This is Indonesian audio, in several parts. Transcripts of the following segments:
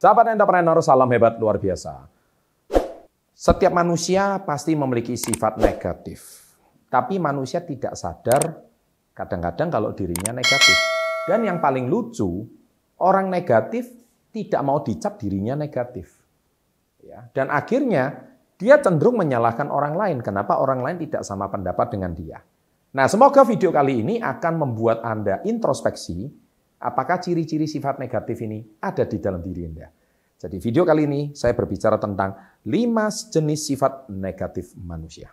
Sahabat entrepreneur, salam hebat luar biasa. Setiap manusia pasti memiliki sifat negatif. Tapi manusia tidak sadar kadang-kadang kalau dirinya negatif. Dan yang paling lucu, orang negatif tidak mau dicap dirinya negatif. Ya, dan akhirnya dia cenderung menyalahkan orang lain. Kenapa orang lain tidak sama pendapat dengan dia? Nah, semoga video kali ini akan membuat Anda introspeksi apakah ciri-ciri sifat negatif ini ada di dalam diri Anda. Jadi video kali ini saya berbicara tentang 5 jenis sifat negatif manusia.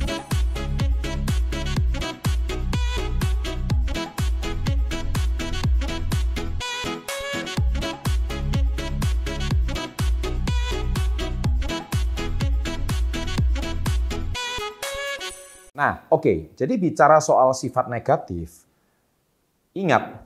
Nah, oke. Jadi bicara soal sifat negatif, ingat,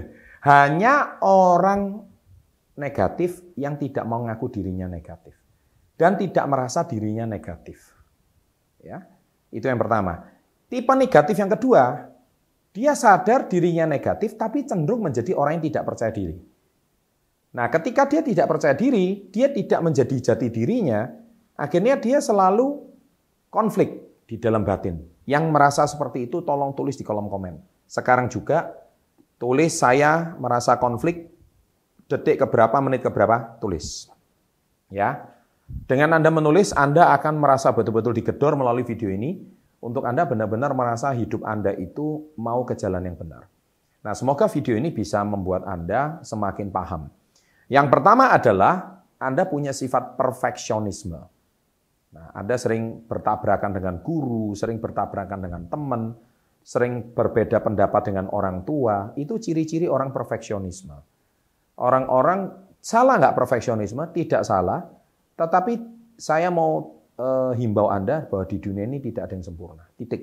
hanya orang negatif yang tidak mau ngaku dirinya negatif dan tidak merasa dirinya negatif. Ya, itu yang pertama. Tipe negatif yang kedua, dia sadar dirinya negatif tapi cenderung menjadi orang yang tidak percaya diri. Nah, ketika dia tidak percaya diri, dia tidak menjadi jati dirinya, akhirnya dia selalu konflik di dalam batin. Yang merasa seperti itu tolong tulis di kolom komen. Sekarang juga tulis saya merasa konflik, detik keberapa, menit keberapa, tulis. Ya. Dengan Anda menulis, Anda akan merasa betul-betul digedor melalui video ini untuk Anda benar-benar merasa hidup Anda itu mau ke jalan yang benar. Nah, semoga video ini bisa membuat Anda semakin paham. Yang pertama adalah Anda punya sifat perfeksionisme. Nah, Anda sering bertabrakan dengan guru, sering bertabrakan dengan teman, sering berbeda pendapat dengan orang tua, itu ciri-ciri orang perfeksionisme. Orang-orang salah nggak perfeksionisme? Tidak salah, tetapi saya mau himbau Anda bahwa di dunia ini tidak ada yang sempurna. Titik.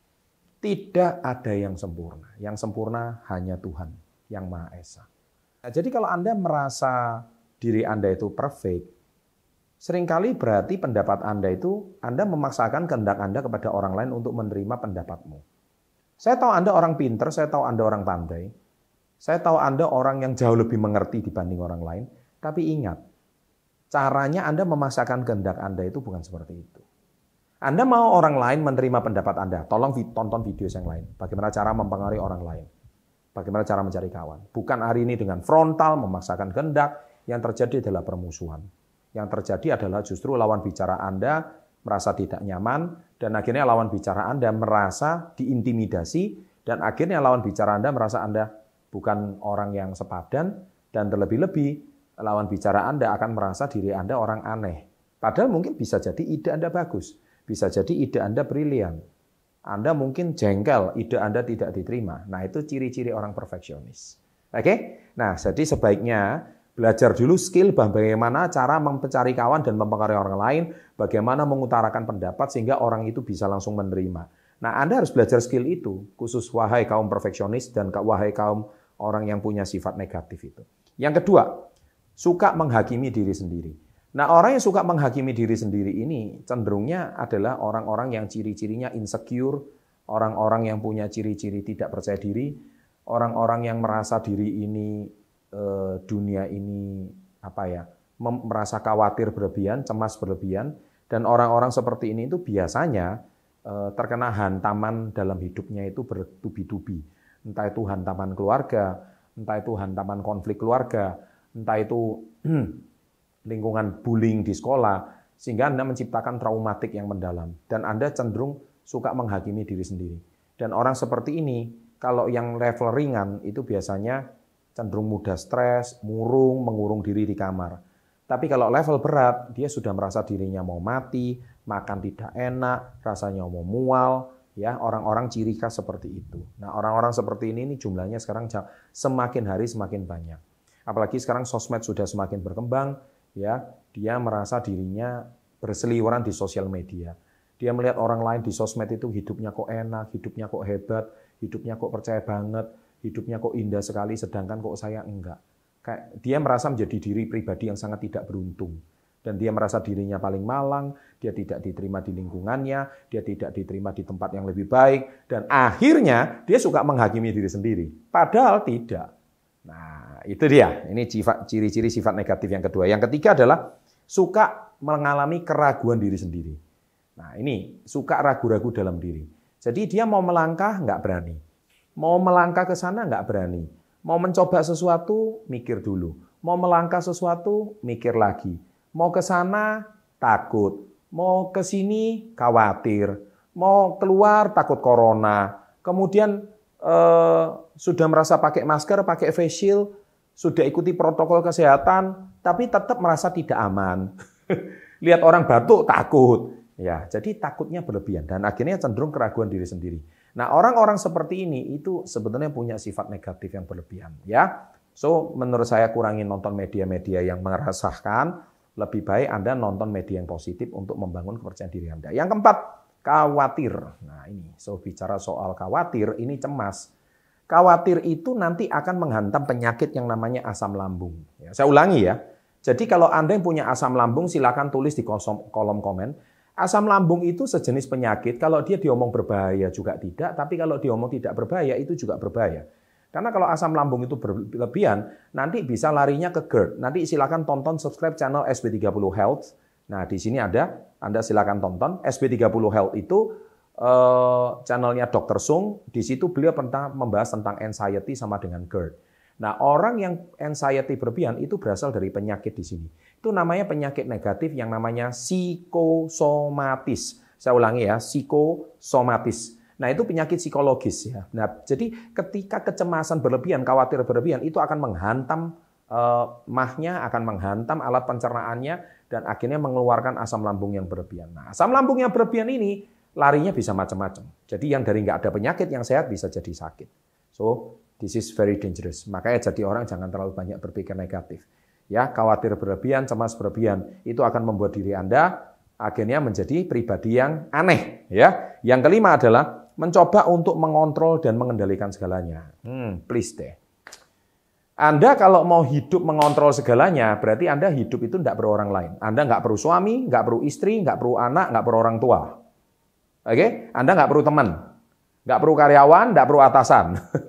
Tidak ada yang sempurna. Yang sempurna hanya Tuhan yang Maha Esa. Nah, jadi kalau Anda merasa diri Anda itu perfect, seringkali berarti pendapat Anda itu, Anda memaksakan kehendak Anda kepada orang lain untuk menerima pendapatmu. Saya tahu Anda orang pinter, saya tahu Anda orang pandai, saya tahu Anda orang yang jauh lebih mengerti dibanding orang lain, tapi ingat, caranya Anda memaksakan kehendak Anda itu bukan seperti itu. Anda mau orang lain menerima pendapat Anda, tolong tonton video yang lain. Bagaimana cara mempengaruhi orang lain, bagaimana cara mencari kawan. Bukan hari ini dengan frontal memaksakan kehendak, yang terjadi adalah permusuhan. Yang terjadi adalah justru lawan bicara Anda merasa tidak nyaman, dan akhirnya lawan bicara Anda merasa diintimidasi, dan akhirnya lawan bicara Anda merasa Anda bukan orang yang sepadan, dan terlebih-lebih lawan bicara Anda akan merasa diri Anda orang aneh. Padahal mungkin bisa jadi ide Anda bagus, bisa jadi ide Anda brilian. Anda mungkin jengkel, ide Anda tidak diterima. Nah, itu ciri-ciri orang perfeksionis. Oke? Nah, jadi sebaiknya belajar dulu skill bagaimana cara mencari kawan dan mempengaruhi orang lain, bagaimana mengutarakan pendapat sehingga orang itu bisa langsung menerima. Nah, Anda harus belajar skill itu, khusus wahai kaum perfeksionis dan wahai kaum orang yang punya sifat negatif itu. Yang kedua, suka menghakimi diri sendiri. Nah, orang yang suka menghakimi diri sendiri ini cenderungnya adalah orang-orang yang ciri-cirinya insecure, orang-orang yang punya ciri-ciri tidak percaya diri, orang-orang yang merasa diri ini dunia ini merasa khawatir berlebihan, cemas berlebihan, dan orang-orang seperti ini itu biasanya terkena hantaman dalam hidupnya itu bertubi-tubi. Entah itu hantaman keluarga, entah itu hantaman konflik keluarga, entah itu lingkungan bullying di sekolah, sehingga Anda menciptakan traumatik yang mendalam, dan Anda cenderung suka menghakimi diri sendiri. Dan orang seperti ini, kalau yang level ringan itu biasanya cenderung mudah stres, mengurung diri di kamar. Tapi kalau level berat, dia sudah merasa dirinya mau mati, makan tidak enak, rasanya mau mual, ya, orang-orang ciri khas seperti itu. Nah, orang-orang seperti ini jumlahnya sekarang semakin hari semakin banyak. Apalagi sekarang sosmed sudah semakin berkembang, ya, dia merasa dirinya berseliweran di sosial media. Dia melihat orang lain di sosmed itu hidupnya kok enak, hidupnya kok hebat, hidupnya kok percaya banget, hidupnya kok indah sekali, sedangkan kok saya enggak. Kayak dia merasa menjadi diri pribadi yang sangat tidak beruntung. Dan dia merasa dirinya paling malang, dia tidak diterima di lingkungannya, dia tidak diterima di tempat yang lebih baik, dan akhirnya dia suka menghakimi diri sendiri. Padahal tidak. Nah, itu dia. Ini ciri-ciri sifat negatif yang kedua. Yang ketiga adalah suka mengalami keraguan diri sendiri. Nah, ini suka ragu-ragu dalam diri. Jadi dia mau melangkah nggak berani. Mau melangkah ke sana nggak berani. Mau mencoba sesuatu, mikir dulu. Mau melangkah sesuatu, mikir lagi. Mau ke sana, takut. Mau ke sini, khawatir. Mau keluar, takut corona. Kemudian sudah merasa pakai masker, pakai face shield, sudah ikuti protokol kesehatan, tapi tetap merasa tidak aman. Lihat orang batuk, takut. Ya, jadi takutnya berlebihan dan akhirnya cenderung keraguan diri sendiri. Nah, orang-orang seperti ini itu sebetulnya punya sifat negatif yang berlebihan, ya. So, menurut saya kurangi nonton media-media yang meresahkan, lebih baik Anda nonton media yang positif untuk membangun kepercayaan diri Anda. Yang keempat, khawatir. Nah, ini bicara soal khawatir, ini cemas. Khawatir itu nanti akan menghantam penyakit yang namanya asam lambung. Ya, saya ulangi ya. Jadi kalau Anda yang punya asam lambung, silakan tulis di kolom komen. Asam lambung itu sejenis penyakit, kalau dia diomong berbahaya juga tidak, tapi kalau diomong tidak berbahaya itu juga berbahaya. Karena kalau asam lambung itu berlebihan, nanti bisa larinya ke GERD. Nanti silakan tonton subscribe channel SB30 Health. Nah, di sini ada, Anda silakan tonton. SB30 Health itu channelnya Dr. Sung. Di situ beliau pernah membahas tentang anxiety sama dengan GERD. Nah, orang yang anxiety berlebihan itu berasal dari penyakit di sini. Itu namanya penyakit negatif yang namanya psikosomatis. Saya ulangi ya, psikosomatis. Nah, itu penyakit psikologis ya. Nah, jadi ketika kecemasan berlebihan, khawatir berlebihan, itu akan menghantam mahnya, akan menghantam alat pencernaannya, dan akhirnya mengeluarkan asam lambung yang berlebihan. Nah, asam lambung yang berlebihan ini larinya bisa macam-macam. Jadi yang dari nggak ada penyakit, yang sehat bisa jadi sakit. So, this is very dangerous. Makanya jadi orang jangan terlalu banyak berpikir negatif. Ya, khawatir berlebihan, cemas berlebihan, itu akan membuat diri Anda akhirnya menjadi pribadi yang aneh. Ya, yang kelima adalah mencoba untuk mengontrol dan mengendalikan segalanya. Please deh. Anda kalau mau hidup mengontrol segalanya, berarti Anda hidup itu tidak perlu orang lain. Anda nggak perlu suami, nggak perlu istri, nggak perlu anak, nggak perlu orang tua. Oke? Anda nggak perlu teman, nggak perlu karyawan, nggak perlu atasan.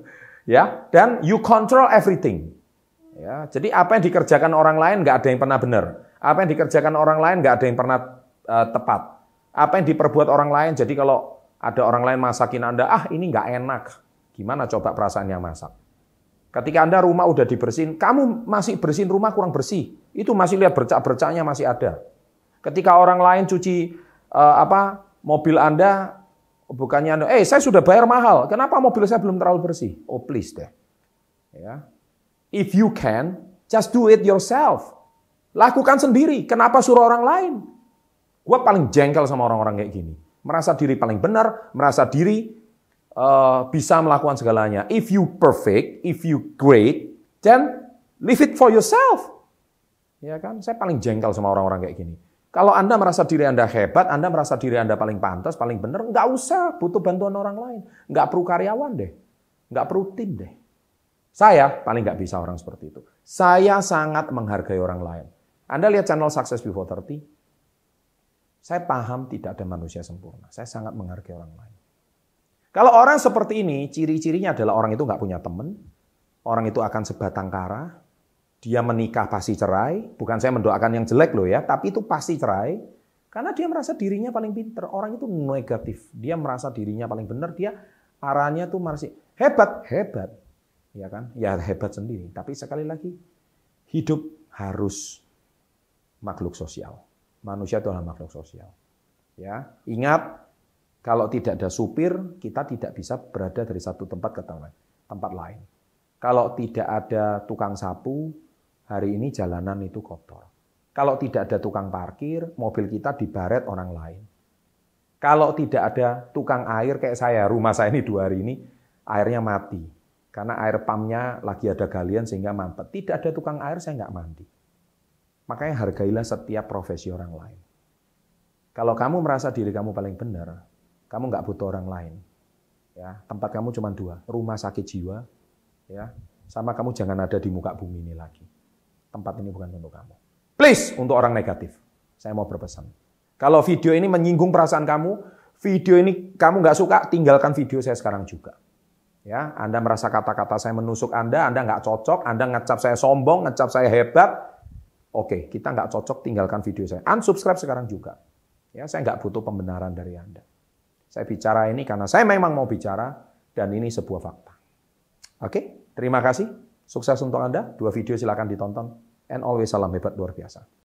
Ya, dan you control everything. Ya, jadi apa yang dikerjakan orang lain nggak ada yang pernah benar. Apa yang dikerjakan orang lain nggak ada yang pernah tepat. Apa yang diperbuat orang lain, jadi kalau ada orang lain masakin Anda, ini nggak enak. Gimana coba perasaan yang masak? Ketika Anda rumah udah dibersihin, kamu masih bersihin rumah kurang bersih. Itu masih lihat bercak-bercaknya masih ada. Ketika orang lain cuci mobil Anda, bukannya Anda, saya sudah bayar mahal, kenapa mobil saya belum terlalu bersih? Oh please deh. Ya. If you can, just do it yourself. Lakukan sendiri, kenapa suruh orang lain? Gue paling jengkel sama orang-orang kayak gini. Merasa diri paling benar, merasa diri bisa melakukan segalanya. If you perfect, if you great, then live it for yourself. Ya kan? Saya paling jengkel sama orang-orang kayak gini. Kalau Anda merasa diri Anda hebat, Anda merasa diri Anda paling pantas, paling benar, nggak usah butuh bantuan orang lain. Nggak perlu karyawan deh. Nggak perlu tim deh. Saya paling nggak bisa orang seperti itu. Saya sangat menghargai orang lain. Anda lihat channel Success Before 30. Saya paham tidak ada manusia sempurna. Saya sangat menghargai orang lain. Kalau orang seperti ini, ciri-cirinya adalah orang itu nggak punya teman. Orang itu akan sebatang kara. Dia menikah pasti cerai. Bukan saya mendoakan yang jelek loh ya, tapi itu pasti cerai. Karena dia merasa dirinya paling pinter. Orang itu negatif. Dia merasa dirinya paling benar. Dia arahnya tuh masih hebat. Ya kan? Ya hebat sendiri. Tapi sekali lagi, hidup harus makhluk sosial. Manusia itu adalah makhluk sosial. Ya, ingat, kalau tidak ada supir, kita tidak bisa berada dari satu tempat ke tempat lain. Kalau tidak ada tukang sapu, hari ini jalanan itu kotor. Kalau tidak ada tukang parkir, mobil kita dibaret orang lain. Kalau tidak ada tukang air kayak saya, rumah saya ini 2 hari ini, airnya mati. Karena air pumpnya lagi ada galian sehingga mampet. Tidak ada tukang air, saya nggak mandi. Makanya hargailah setiap profesi orang lain. Kalau kamu merasa diri kamu paling benar, kamu nggak butuh orang lain. Ya, tempat kamu cuma 2, rumah sakit jiwa, ya, sama kamu jangan ada di muka bumi ini lagi. Tempat ini bukan untuk kamu. Please, untuk orang negatif, saya mau berpesan. Kalau video ini menyinggung perasaan kamu, video ini kamu nggak suka, tinggalkan video saya sekarang juga. Ya, Anda merasa kata-kata saya menusuk Anda nggak cocok, Anda ngecap saya sombong, ngecap saya hebat. Oke, kita nggak cocok, tinggalkan video saya. Unsubscribe sekarang juga. Ya, saya nggak butuh pembenaran dari Anda. Saya bicara ini karena saya memang mau bicara, dan ini sebuah fakta. Oke, terima kasih. Sukses untuk Anda. 2 video silakan ditonton. And always salam hebat luar biasa.